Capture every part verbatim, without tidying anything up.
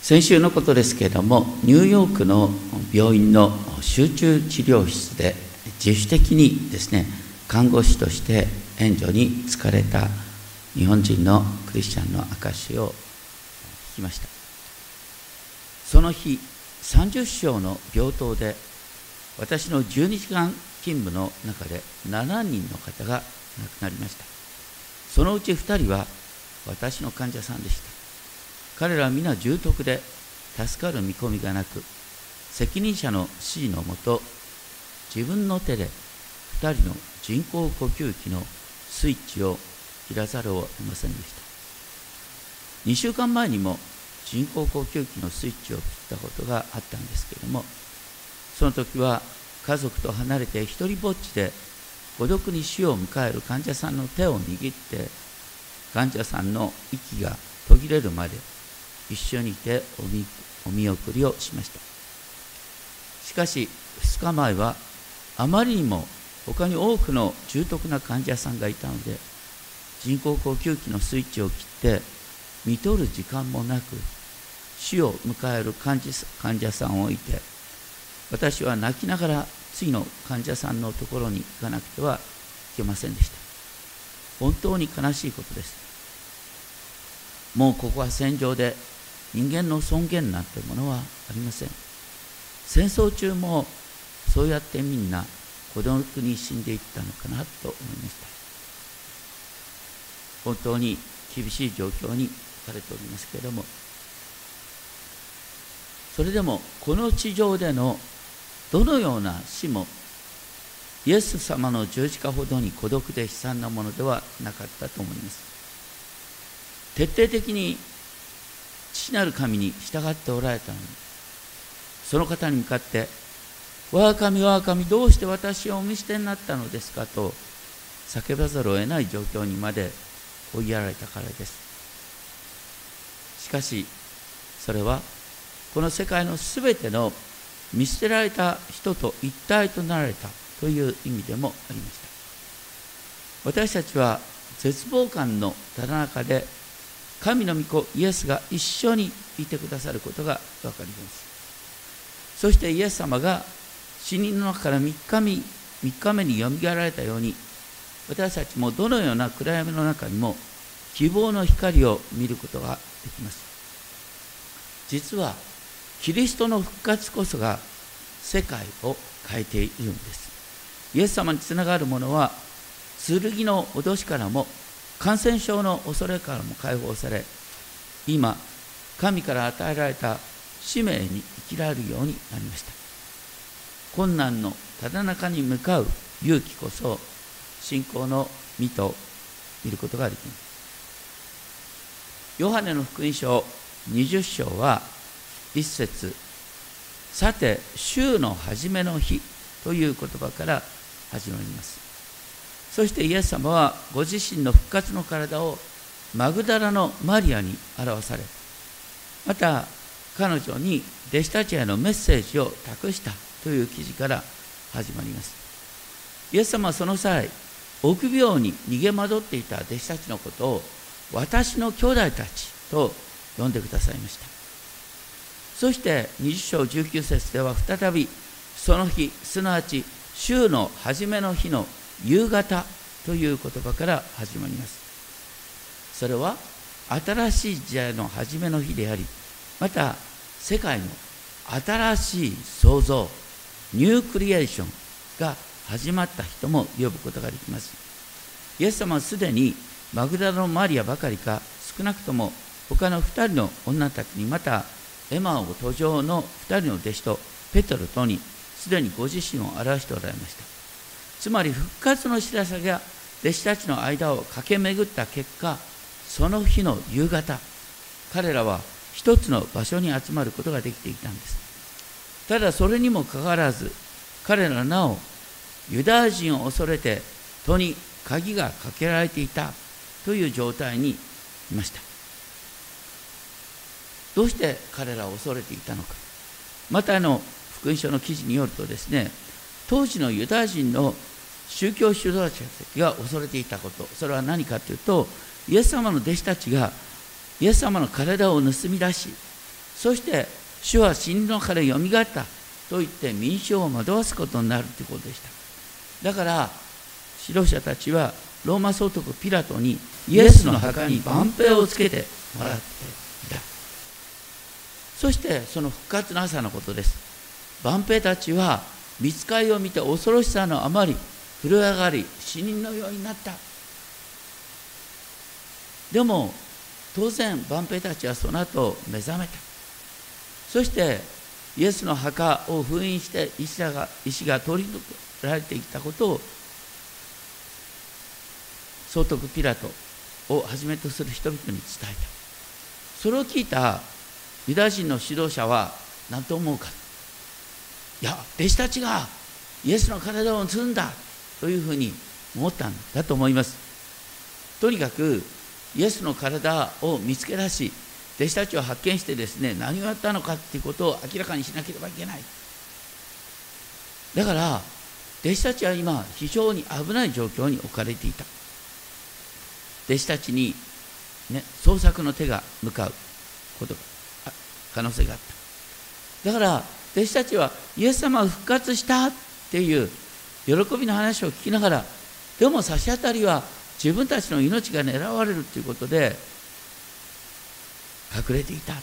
先週のことですけれども、ニューヨークの病院の集中治療室で自主的にですね、看護師として援助に疲れた日本人のクリスチャンの証を聞きました。その日、さんじゅっ床の病棟で私のじゅうにじかん勤務の中でしちにんの方が亡くなりました。そのうちふたりは私の患者さんでした。彼らは皆重篤で助かる見込みがなく、責任者の指示のもと、自分の手でふたりの人工呼吸器のスイッチを切らざるを得ませんでした。にしゅうかんまえにも人工呼吸器のスイッチを切ったことがあったんですけれども、その時は家族と離れて一人ぼっちで孤独に死を迎える患者さんの手を握って、患者さんの息が途切れるまで一緒にいてお 見, お見送りをしました。しかしふつかまえはあまりにも他に多くの重篤な患者さんがいたので、人工呼吸器のスイッチを切って見とる時間もなく、死を迎える患者患者さんを置いて、私は泣きながら次の患者さんのところに行かなくてはいけませんでした。本当に悲しいことです。もうここは戦場で人間の尊厳なんてものはありません。戦争中もそうやってみんな孤独に死んでいったのかなと思いました。本当に厳しい状況に置かれておりますけれども、それでもこの地上でのどのような死もイエス様の十字架ほどに孤独で悲惨なものではなかったと思います。徹底的に父なる神に従っておられたのに、その方に向かって「我が神我が神、どうして私をお見捨てになったのですか」と叫ばざるを得ない状況にまで追いやられたからです。しかしそれはこの世界のすべての見捨てられた人と一体となられたという意味でもありました。私たちは絶望感のただ中で神の御子イエスが一緒にいてくださることが分かります。そしてイエス様が死人の中から3日目、3日目によみがえられたように、私たちもどのような暗闇の中にも希望の光を見ることができます。実はキリストの復活こそが世界を変えているんです。イエス様につながる者は剣の脅しからも感染症の恐れからも解放され、今神から与えられた使命に生きられるようになりました。困難のただ中に向かう勇気こそ信仰の実と見ることができます。ヨハネの福音書にじゅっ章は一節、さて週の初めの日という言葉から始まります。そしてイエス様はご自身の復活の体をマグダラのマリアに表され、また彼女に弟子たちへのメッセージを託したという記事から始まります。イエス様はその際、臆病に逃げ惑っていた弟子たちのことを私の兄弟たちと呼んでくださいました。そしてにじゅっ章じゅうきゅう節では再びその日、すなわち週の初めの日の夕方という言葉から始まります。それは新しい時代の初めの日であり、また世界の新しい創造、ニュークリエーションが始まった日とも呼ぶことができます。イエス様はすでにマグダラのマリアばかりか、少なくとも他のふたりの女たちに、またエマオ途上のふたりの弟子とペトロとにすでにご自身を表しておられました。つまり復活の知らせが弟子たちの間を駆け巡った結果、その日の夕方、彼らは一つの場所に集まることができていたんです。ただそれにもかかわらず、彼らはなおユダヤ人を恐れて戸に鍵がかけられていたという状態にいました。どうして彼らを恐れていたのか。マタイの福音書の記事によるとですね、当時のユダヤ人の宗教指導者たちが恐れていたこと、それは何かというと、イエス様の弟子たちがイエス様の体を盗み出し、 そして主は死人の中でよみがえったと言って民衆を惑わすことになるということでした。だから指導者たちはローマ総督ピラトにイエスの墓に万兵をつけてもらっていた。そしてその復活の朝のことです。万兵たちは御使いを見て恐ろしさのあまり震え上がり死人のようになった。でも当然万兵たちはその後目覚めた。そしてイエスの墓を封印して石が、石が取り除られていたことを総督ピラトをはじめとする人々に伝えた。それを聞いたユダヤ人の指導者は何と思うか。いや、弟子たちがイエスの体を盗んだというふうに思ったんだと思います。とにかくイエスの体を見つけ出し、弟子たちを発見してですね、何をやったのかということを明らかにしなければいけない。だから弟子たちは今非常に危ない状況に置かれていた。弟子たちに、ね、捜索の手が向かうことが可能性があった。だから弟子たちはイエス様が復活したっていう喜びの話を聞きながら、でも差し当たりは自分たちの命が狙われるということで隠れていた。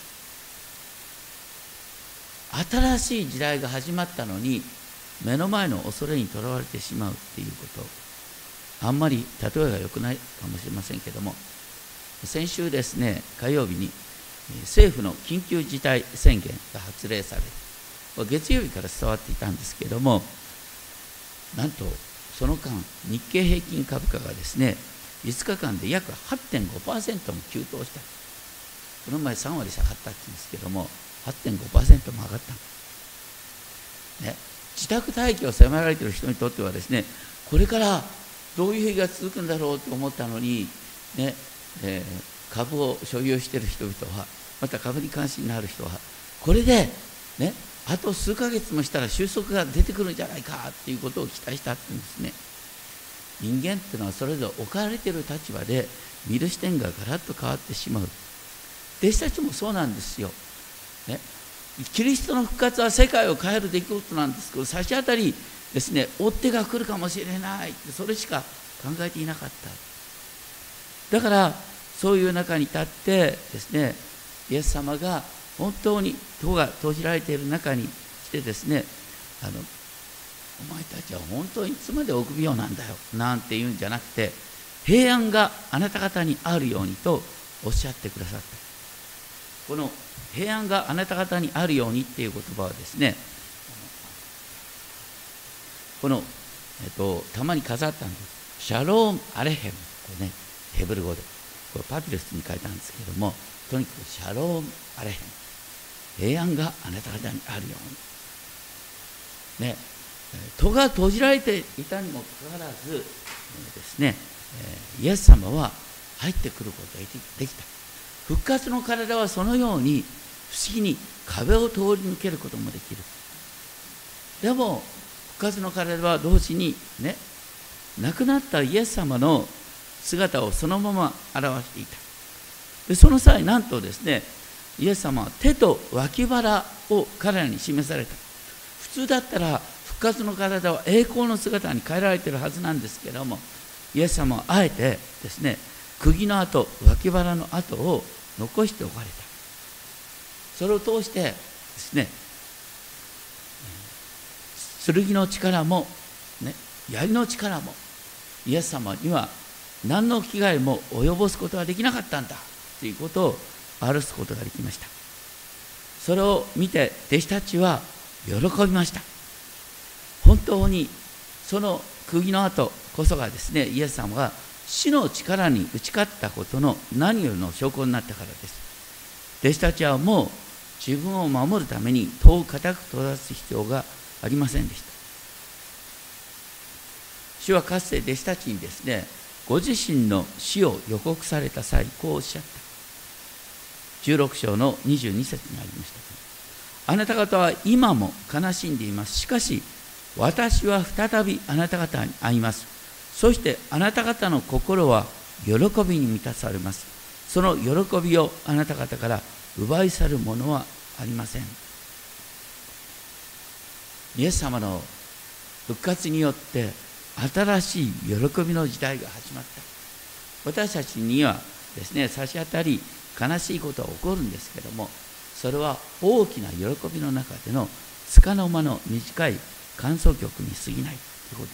新しい時代が始まったのに目の前の恐れにとらわれてしまうっていうこと、あんまり例えが良くないかもしれませんけども、先週ですね、火曜日に政府の緊急事態宣言が発令され、月曜日から伝わっていたんですけれども、なんとその間日経平均株価がですね、いつかかんで約 はってんごパーセント も急騰した。この前さんわり下がったって言うんですけども、 はってんごパーセント も上がった、ね、自宅待機を迫られている人にとってはですね、これからどういう日が続くんだろうと思ったのに、ねえー、株を所有している人々は、また株に関心のある人は、これで、ね、あと数ヶ月もしたら収束が出てくるんじゃないかということを期待したっていうんですね。人間っていうのはそれぞれ置かれている立場で見る視点がガラッと変わってしまう。弟子たちもそうなんですよ、ね、キリストの復活は世界を変える出来事なんですけど、差し当たりですね、追っ手が来るかもしれないって、それしか考えていなかった。だからそういう中に立ってですね、イエス様が本当に戸が閉じられている中に来てですね、あのお前たちは本当にいつまで臆病なんだよなんて言うんじゃなくて、平安があなた方にあるようにとおっしゃってくださった。この平安があなた方にあるようにっていう言葉はですね、この、えっと、たまに飾ったんです。シャロームアレヘム、これね、ヘブル語でこれパピルスに書いたんですけども、とにかくシャロームアレヘム、平安があなた方にあるようにね。戸が閉じられていたにもかかわらずですね、イエス様は入ってくることができた。復活の体はそのように不思議に壁を通り抜けることもできる。でも復活の体は同時にね、亡くなったイエス様の姿をそのまま表していた。でその際なんとですね、イエス様は手と脇腹を彼らに示された。普通だったら復活の体は栄光の姿に変えられているはずなんですけれども、イエス様はあえてですね、釘の跡、脇腹の跡を残しておかれた。それを通してですね、剣の力も、ね、槍の力もイエス様には何の危害も及ぼすことはできなかったんだということを表すことができました。それを見て弟子たちは喜びました。本当にその釘の跡こそがですね、イエス様が死の力に打ち勝ったことの何よりの証拠になったからです。弟子たちはもう自分を守るために戸を固く閉ざす必要がありませんでした。主はかつて弟子たちにですね、ご自身の死を予告された際、こうおっしゃった。じゅうろく章のにじゅうに節にありました。あなた方は今も悲しんでいます。しかし私は再びあなた方に会います。そしてあなた方の心は喜びに満たされます。その喜びをあなた方から奪い去る者はありません。イエス様の復活によって新しい喜びの時代が始まった。私たちにはですね、差し当たり悲しいことは起こるんですけども、それは大きな喜びの中での束の間の短い観想曲に過ぎないということです。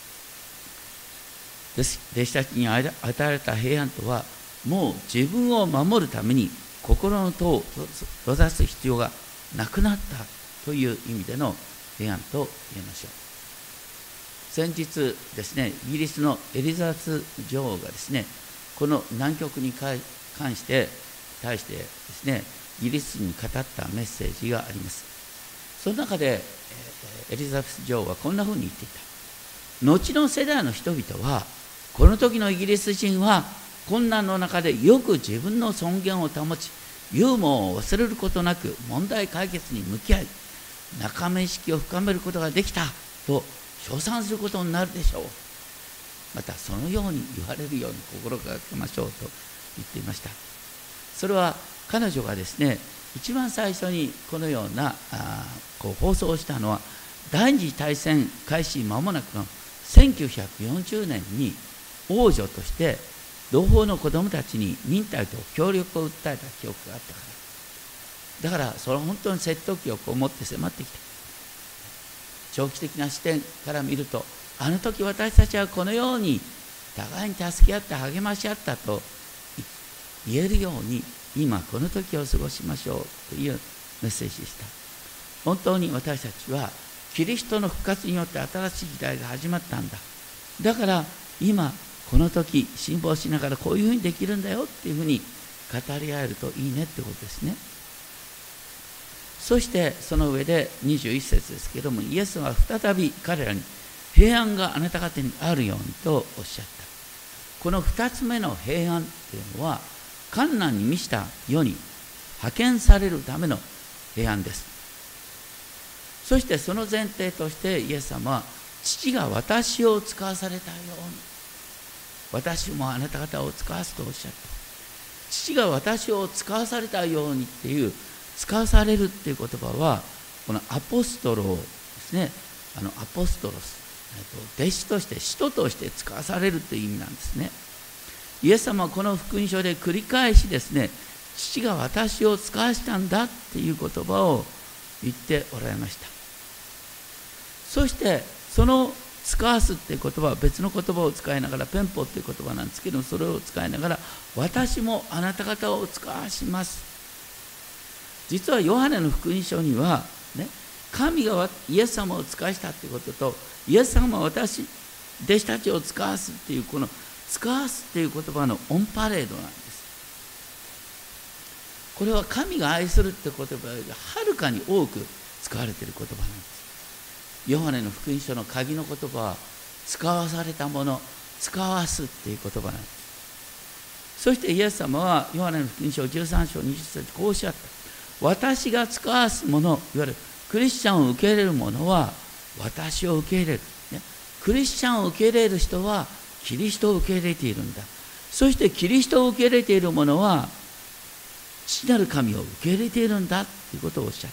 弟子たちに与えられた平安とは、もう自分を守るために心の戸を閉ざす必要がなくなったという意味での平安と言えましょう。先日ですね、イギリスのエリザベス女王がですね、この難局に関して対してですね、イギリスに語ったメッセージがあります。その中でエリザベス女王はこんなふうに言っていた。後の世代の人々は、この時のイギリス人は困難の中でよく自分の尊厳を保ち、ユーモアを忘れることなく問題解決に向き合い、仲間意識を深めることができたと称賛することになるでしょう。またそのように言われるように心がけましょうと言っていました。それは彼女がですね、一番最初にこのようなあこう放送したのは、第二次大戦開始間もなくのせんきゅうひゃくよんじゅうねんに王女として同胞の子供たちに忍耐と協力を訴えた記憶があったから。だからそれは本当に説得力を持って迫ってきた。長期的な視点から見ると、あの時私たちはこのように互いに助け合って励まし合ったと言えるように、今この時を過ごしましょうというメッセージでした。本当に私たちはキリストの復活によって新しい時代が始まったんだ。だから今この時辛抱しながらこういうふうにできるんだよっていうふうに語り合えるといいねってことですね。そしてその上でにじゅういっ節ですけれども、イエスは再び彼らに平安があなた方にあるようにとおっしゃった。このふたつめの平安というのは、困難に満ちた世に派遣されるための平安です。そしてその前提としてイエス様は、父が私を使わされたように私もあなた方を使わすとおっしゃった。父が私を使わされたようにっていう、使わされるっていう言葉は、このアポストロですね、あのアポストロス、弟子として使徒として使わされるという意味なんですね。イエス様はこの福音書で繰り返しですね、父が私を使わしたんだっていう言葉を言っておられました。そしてその使わすっていう言葉は別の言葉を使いながら、ペンポっていう言葉なんですけど、それを使いながら、私もあなた方を使わします。実はヨハネの福音書には、ね、神がイエス様を使わしたということと、イエス様は私、弟子たちを使わすっていう、この使わすっていう言葉のオンパレードなんです。これは神が愛するって言葉よりはるかに多く使われている言葉なんです。ヨハネの福音書の鍵の言葉は、使わされたもの、使わすっていう言葉なんです。そしてイエス様はヨハネの福音書じゅうさん章にじゅっ節こうおっしゃった。私が使わすもの、いわゆるクリスチャンを受け入れる者は私を受け入れる、ね、クリスチャンを受け入れる人はキリストを受け入れているんだ。そしてキリストを受け入れている者は父なる神を受け入れているんだということをおっしゃった。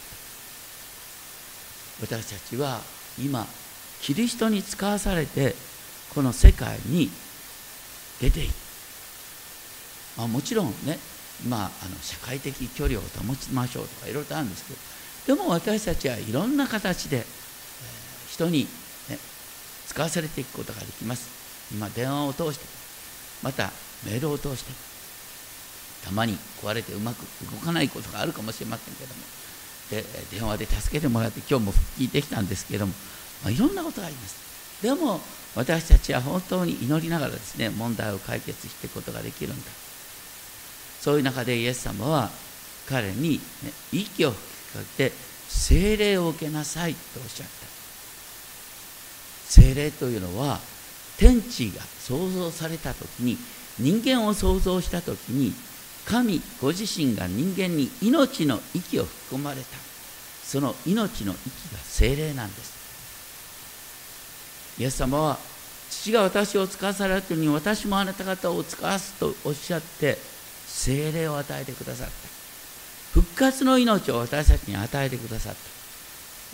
私たちは今キリストに使わされてこの世界に出ている、まあ、もちろんね、まあ、あの社会的距離を保ちましょうとかいろいろとあるんですけど、でも私たちはいろんな形で、えー、人に、ね、使わされていくことができます。今電話を通して、またメールを通して、たまに壊れてうまく動かないことがあるかもしれませんけども、で電話で助けてもらって今日も復帰できたんですけども、まあ、いろんなことがあります。でも私たちは本当に祈りながらですね、問題を解決していくことができるんだ。そういう中でイエス様は彼に、ね、息を吹きかけて聖霊を受けなさいとおっしゃった。聖霊というのは天地が創造されたときに、人間を創造したときに、神ご自身が人間に命の息を吹き込まれた。その命の息が聖霊なんです。イエス様は父が私を使わされたように私もあなた方を使わすとおっしゃって聖霊を与えてくださった。復活の命を私たちに与えてくださった。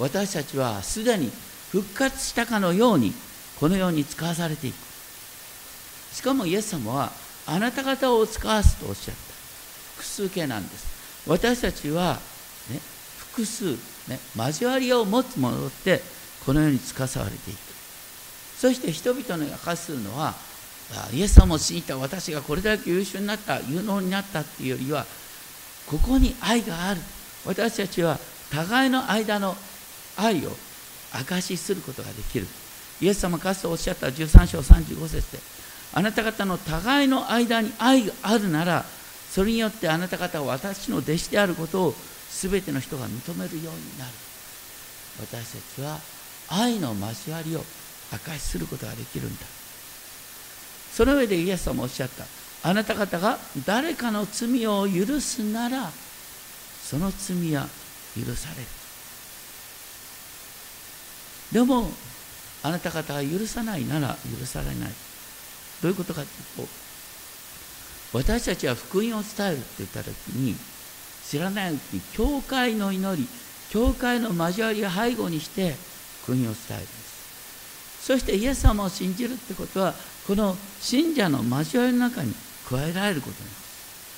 私たちはすでに復活したかのようにこの世に使わされていく。しかもイエス様はあなた方を使わすとおっしゃった。複数形なんです。私たちは、ね、複数、ね、交わりを持つ者ってこの世に使わされていく。そして人々の証しするのは、イエス様を信じた私がこれだけ優秀になった、有能になったっていうよりは、ここに愛がある。私たちは互いの間の愛を証しすることができる。イエス様かつておっしゃったじゅうさん章さんじゅうご節で、あなた方の互いの間に愛があるなら、それによってあなた方は私の弟子であることを全ての人が認めるようになる。私たちは愛の交わりを証しすることができるんだ。その上でイエス様おっしゃった。あなた方が誰かの罪を許すなら、その罪は許される。でもあなた方が許さないなら許されない。どういうことかというと、私たちは福音を伝えるって言ったときに、知らないうちに教会の祈り、教会の交わりを背後にして福音を伝えるんです。そしてイエス様を信じるってことは、この信者の交わりの中に加えられることなんです。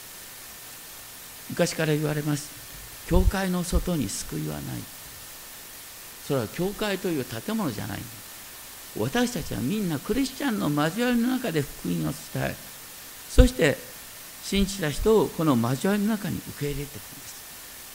昔から言われます。教会の外に救いはない。それは教会という建物じゃない。私たちはみんなクリスチャンの交わりの中で福音を伝え、そして信じた人をこの交わりの中に受け入れていくんです。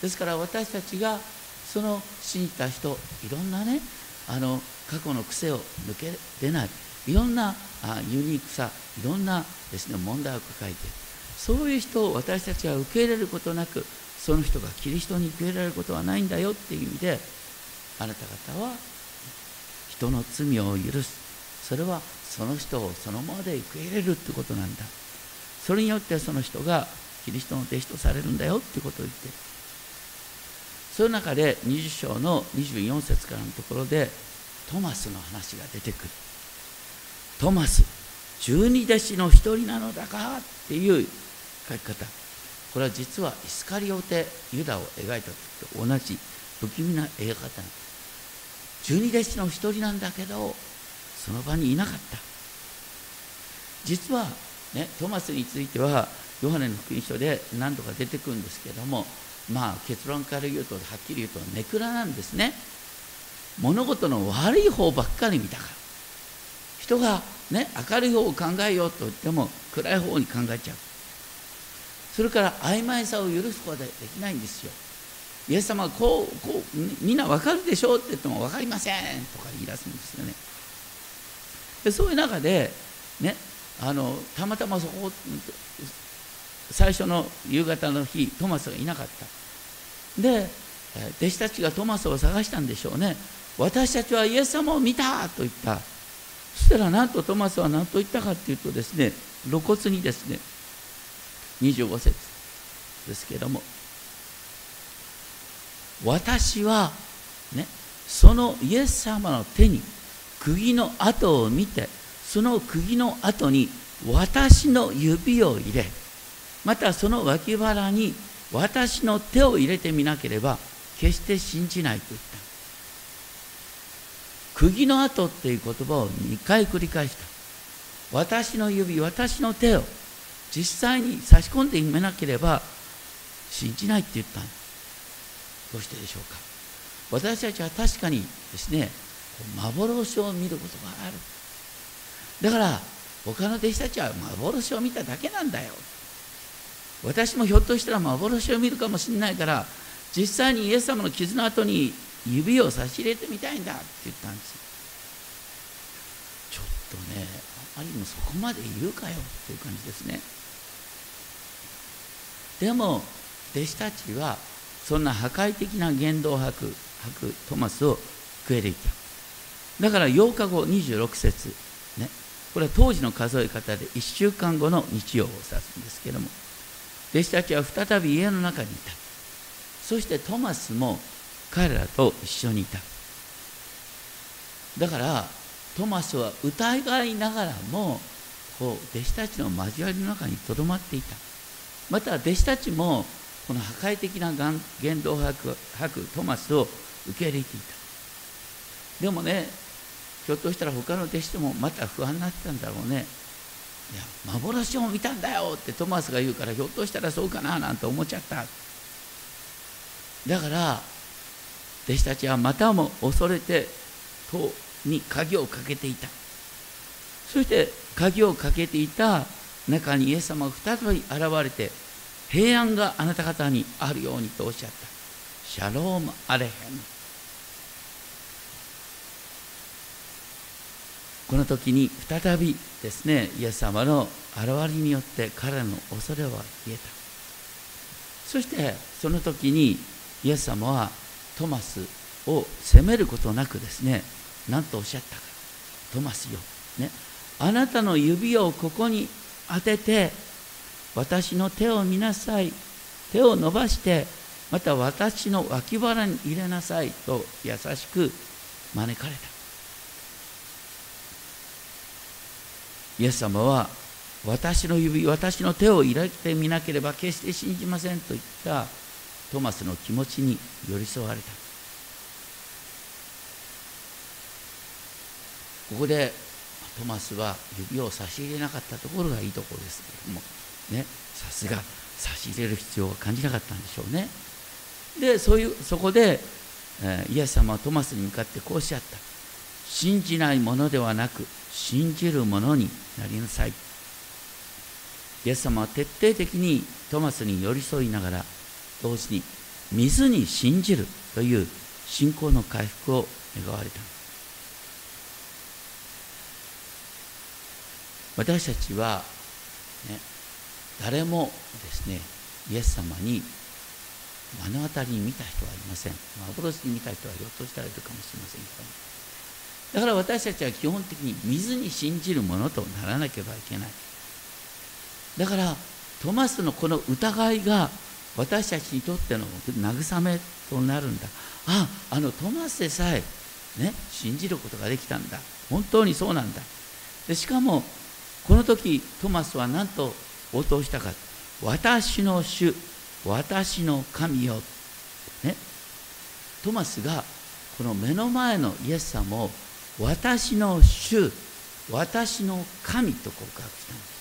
ですから私たちがその信じた人、いろんなね、あの過去の癖を抜け出ない、いろんなあユニークさ、いろんなですね、問題を抱えている。そういう人を私たちは受け入れることなく、その人がキリストに受け入れられることはないんだよっていう意味で、あなた方は人の罪を許す。それはその人をそのままで受け入れるってことなんだ。それによってその人がキリストの弟子とされるんだよってことを言っている。その中でにじゅう章のにじゅうよん節からのところでトマスの話が出てくる。トマス、十二弟子の一人なのだかっていう書き方。これは実はイスカリオテユダを描いた時と同じ不気味な描き方なんです。十二弟子の一人なんだけど、その場にいなかった。実はね、トマスについてはヨハネの福音書で何度か出てくるんですけども、まあ結論から言うとはっきり言うとネクラなんですね。物事の悪い方ばっかり見たから。人がね、明るい方を考えようと言っても暗い方に考えちゃう。それから曖昧さを許すことができないんですよ。イエス様はこうこうみんな分かるでしょうって言っても分かりませんとか言い出すんですよね。でそういう中でね、あのたまたまそこ最初の夕方の日トマスがいなかった。で弟子たちがトマスを探したんでしょうね。私たちはイエス様を見たと言った。そしたらなんとトマスは何と言ったかというとですね、露骨にですね、にじゅうご節ですけれども、私は、ね、そのイエス様の手に釘の跡を見て、その釘の跡に私の指を入れ、またその脇腹に私の手を入れてみなければ決して信じないと言った。釘の跡っていう言葉をにかい繰り返した。私の指、私の手を実際に差し込んでみなければ信じないって言ったんです。どうしてでしょうか。私たちは確かにですね、幻を見ることがある。だから他の弟子たちは幻を見ただけなんだよ。私もひょっとしたら幻を見るかもしれないから、実際にイエス様の傷の跡に指を差し入れてみたいんだって言ったんですよ。ちょっとね、あまりにもそこまで言うかよっていう感じですね。でも弟子たちはそんな破壊的な言動を吐く、吐くトマスを受け入れた。だからようかごにじゅうろく節、ね、これは当時の数え方でいっしゅうかんごの日曜を指すんですけれども、弟子たちは再び家の中にいた。そしてトマスも彼らと一緒にいた。だからトマスは疑いながらもこう弟子たちの交わりの中にとどまっていた。また弟子たちもこの破壊的な言動を吐くトマスを受け入れていた。でもね、ひょっとしたら他の弟子でもまた不安になってたんだろうね。いや、幻を見たんだよってトマスが言うから、ひょっとしたらそうかななんて思っちゃった。だから弟子たちはまたも恐れて戸に鍵をかけていた。そして鍵をかけていた中にイエス様が再び現れて、平安があなた方にあるようにとおっしゃった。シャロームアレヘム。この時に再びですね、イエス様の現れによって彼らの恐れは消えた。そしてその時にイエス様はトマスを責めることなくですね、何とおっしゃったか。トマスよ、ね、あなたの指をここに当てて私の手を見なさい。手を伸ばしてまた私の脇腹に入れなさいと優しく招かれた。イエス様は私の指、私の手を入れてみなければ決して信じませんと言ったトマスの気持ちに寄り添われた。ここでトマスは指を差し入れなかったところがいいところですけれどもね、さすが差し入れる必要は感じなかったんでしょうね。で、そういうそこで、えー、イエス様はトマスに向かってこうおっしゃった。信じないものではなく信じるものになりなさい。イエス様は徹底的にトマスに寄り添いながら、同時に水に信じるという信仰の回復を願われた。私たちは、ね、誰もですね、イエス様に目の当たりに見た人はいません。幻に見た人はひょっとしたらいるかもしれませんけども、だから私たちは基本的に水に信じるものとならなければいけない。だからトマスのこの疑いが私たちにとっての慰めとなるんだ。あ、あのトマスでさえ、ね、信じることができたんだ。本当にそうなんだ。でしかもこの時トマスは何と応答したか。私の主、私の神よ、ね、トマスがこの目の前のイエス様を私の主、私の神と告白したんです。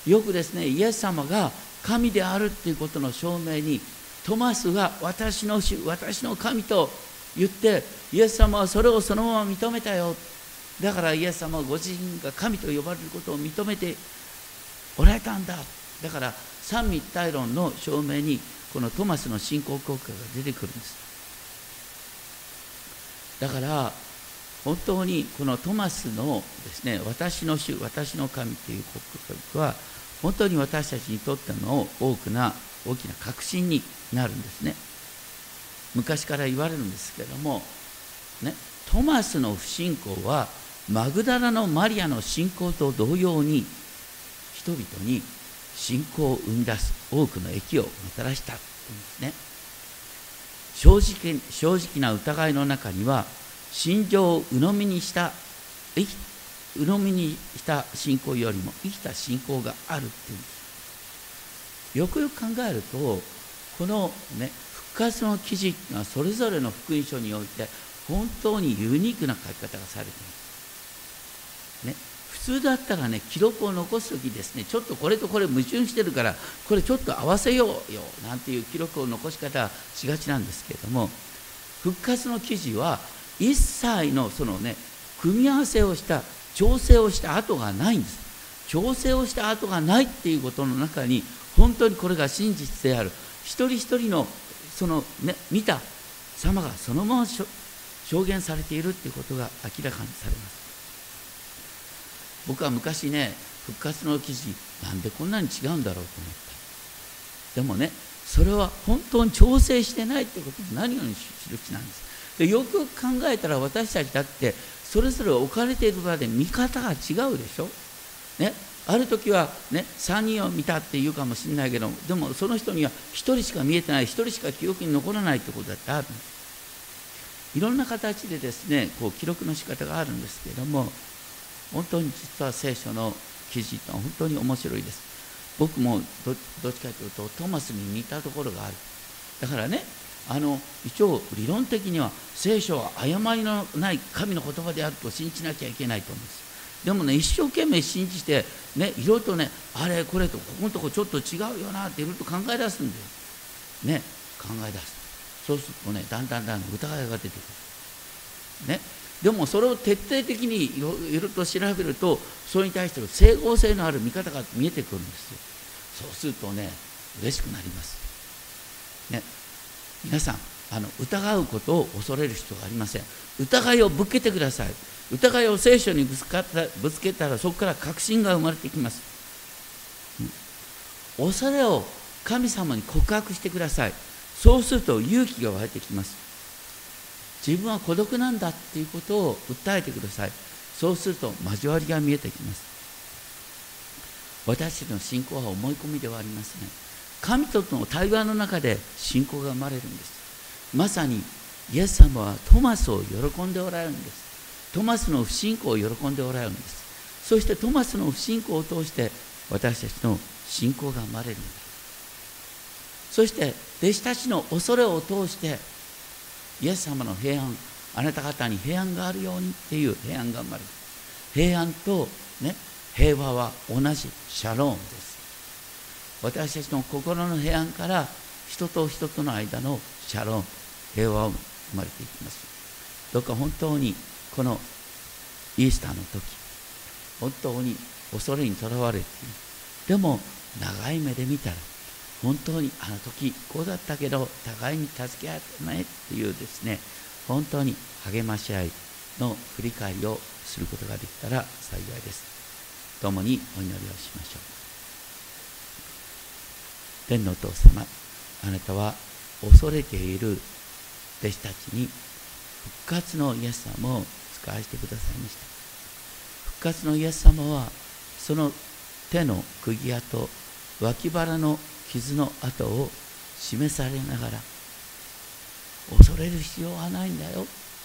よくですね、イエス様が神であるということの証明にトマスが私の主、私の神と言って、イエス様はそれをそのまま認めたよ。だからイエス様はご自身が神と呼ばれることを認めておられたんだ。だから三位一体論の証明にこのトマスの信仰告白が出てくるんです。だから本当にこのトマスのですね、私の主、私の神という告白は本当に私たちにとっての大きな大きな確信になるんですね。昔から言われるんですけれども、ね、トマスの不信仰はマグダラのマリアの信仰と同様に人々に信仰を生み出す多くの益をもたらしたというんですね。正直、正直な疑いの中には信条を鵜呑みにした鵜呑みにした信仰よりも生きた信仰があるっていうんです。よくよく考えるとこの、ね、復活の記事がそれぞれの福音書において本当にユニークな書き方がされています、ね、普通だったらね、記録を残すときですね、ちょっとこれとこれ矛盾してるからこれちょっと合わせようよなんていう記録を残し方しがちなんですけれども、復活の記事は一切のそのね組み合わせをした調整をした跡がないんです。調整をした跡がないっていうことの中に本当にこれが真実である。一人一人のそのね見た様がそのまま証言されているっていうことが明らかにされます。僕は昔ね、復活の記事なんでこんなに違うんだろうと思った。でもね、それは本当に調整してないってことの何よりの印なんです。でよくよく考えたら私たちだってそれぞれ置かれている場で見方が違うでしょ、ね、ある時は、ね、さんにんを見たっていうかもしれないけど、でもその人にはひとりしか見えてない、ひとりしか記憶に残らないってことだってあるんです。いろんな形でですねこう記録の仕方があるんですけれども、本当に実は聖書の記事とは本当に面白いです。 僕も ど, どっちかというとトマスに似たところがある。だからね、あの一応理論的には聖書は誤りのない神の言葉であると信じなきゃいけないと思うんです。でもね、一生懸命信じて、ね、いろいろとね、あれこれとここのとこちょっと違うよなっていろいろと考え出すんだよ。ね、考え出す。そうするとね、だんだんだんだん疑いが出てくる。ね、でもそれを徹底的にいろいろと調べると、それに対して整合性のある見方が見えてくるんですよ。そうするとね、嬉しくなります。ね、皆さん、あの疑うことを恐れる必要がありません。疑いをぶつけてください。疑いを聖書にぶつかったぶつけたら、そこから確信が生まれてきます。うん、恐れを神様に告白してください。そうすると勇気が湧いてきます。自分は孤独なんだっていうことを訴えてください。そうすると交わりが見えてきます。私たちの信仰は思い込みではありません。神との対話の中で信仰が生まれるんです。まさにイエス様はトマスを喜んでおられるんです。トマスの不信仰を喜んでおられるんです。そしてトマスの不信仰を通して私たちの信仰が生まれるんだ。そして弟子たちの恐れを通してイエス様の平安、あなた方に平安があるようにっていう平安が生まれる。平安と、ね、平和は同じシャローンです。私たちの心の平安から人と人との間のシャローン、平和を生まれていきます。どうか本当にこのイースターの時、本当に恐れにとらわれている。でも長い目で見たら本当にあの時こうだったけど互いに助け合ってねっていうですね、本当に励まし合いの振り返りをすることができたら幸いです。共にお祈りをしましょう。天のお父様、あなたは恐れている弟子たちに復活のイエス様を使わせてくださいました。復活のイエス様はその手の釘跡、脇腹の傷の跡を示されながら、恐れる必要はないんだよ、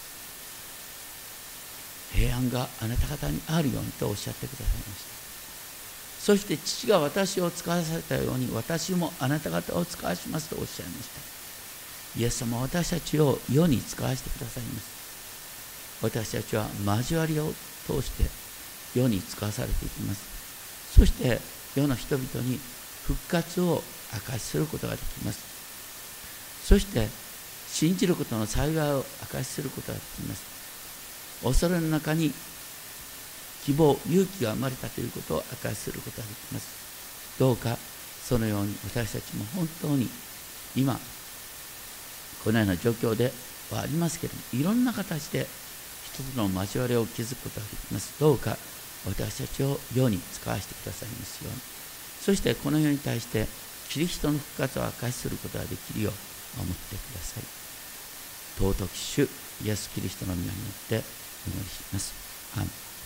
平安があなた方にあるようにとおっしゃってくださいました。そして父が私を使わされたように私もあなた方を使わしますとおっしゃいました。イエス様は私たちを世に使わせてくださいます。私たちは交わりを通して世に使わされていきます。そして世の人々に復活を証しすることができます。そして信じることの幸いを証しすることができます。恐れの中に希望、勇気が生まれたということを証しすることができます。どうかそのように私たちも本当に今このような状況ではありますけれども、いろんな形で一つの交わりを築くことができます。どうか私たちを世に使わせてくださいますように。そしてこの世に対してキリストの復活を証しすることができるよう守ってください。尊き主イエス・キリストの皆によってお祈りします。アーメン。